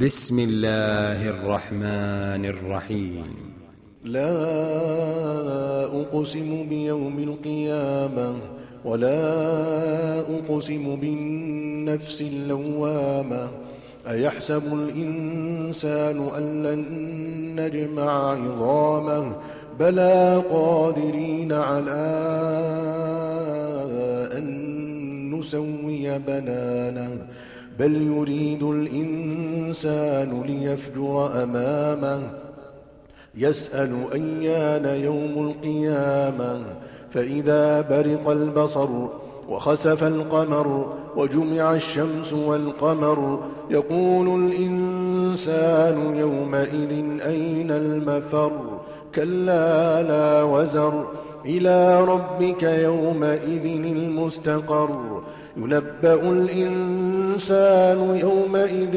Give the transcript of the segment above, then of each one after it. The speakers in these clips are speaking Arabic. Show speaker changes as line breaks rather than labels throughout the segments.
بسم الله الرحمن الرحيم.
لا أقسم بيوم القيامة ولا أقسم بالنفس اللوامة أيحسب الإنسان أن لن نجمع عظامه بلى قادرين على أن نسوي بنانه بل يريد الإنسان ليفجر أمامه يسأل أيان يوم القيامة فإذا برق البصر وخسف القمر وجمع الشمس والقمر يقول الإنسان يومئذ أين المفر كلا لا وزر إلى ربك يومئذ المستقر ينبأ الإنسان يومئذ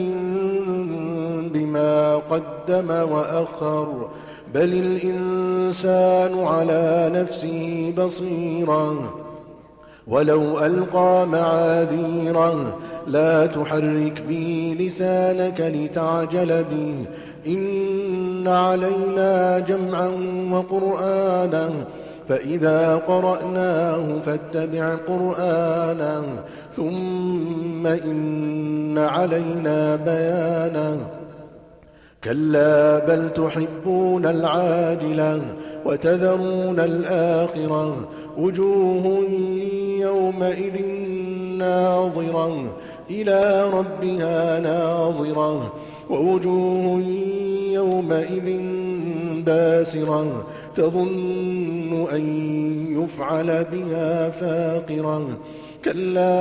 بما قدم وأخر بل الإنسان على نفسه بصيرة ولو ألقى معاذيره لا تحرك به لسانك لتعجل به إن علينا جمعا وقرآنا فإذا قرأناه فاتبع قرآنا ثم إن علينا بيانا كلا بل تحبون العاجلة وتذرون الآخرة وجوه يومئذ ناظرة إلى ربها ناظرة ووجوه يومئذ باسرة تظن أن يفعل بها فاقرة كلا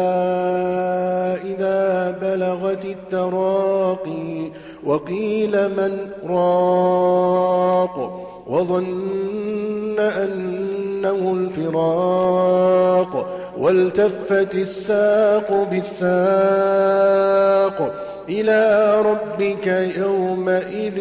إذا بلغت التراقي وقيل من راق وظن أنه الفراق والتفت الساق بالساق إلى ربك يومئذ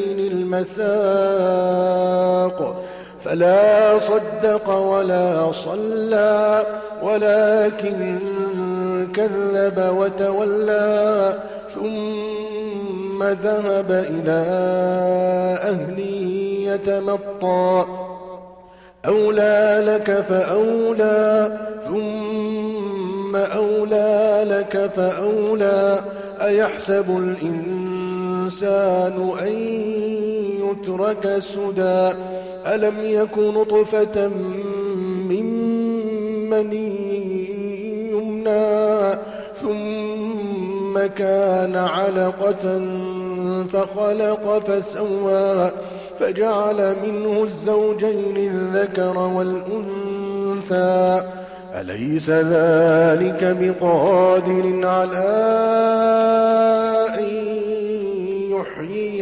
المساق فلا صدق ولا صلى ولكن كذب وتولى ثم ذهب إلى أهله يتمطى أولى لك فأولى ثم أولى لك فأولى أيحسب الإنسان أن يترك سدى ألم يك نطفة من مني يمنى ثم كان علقة فخلق فسوى فجعل منه الزوجين الذكر والأنثى أليس ذلك بقادر على أن يحيي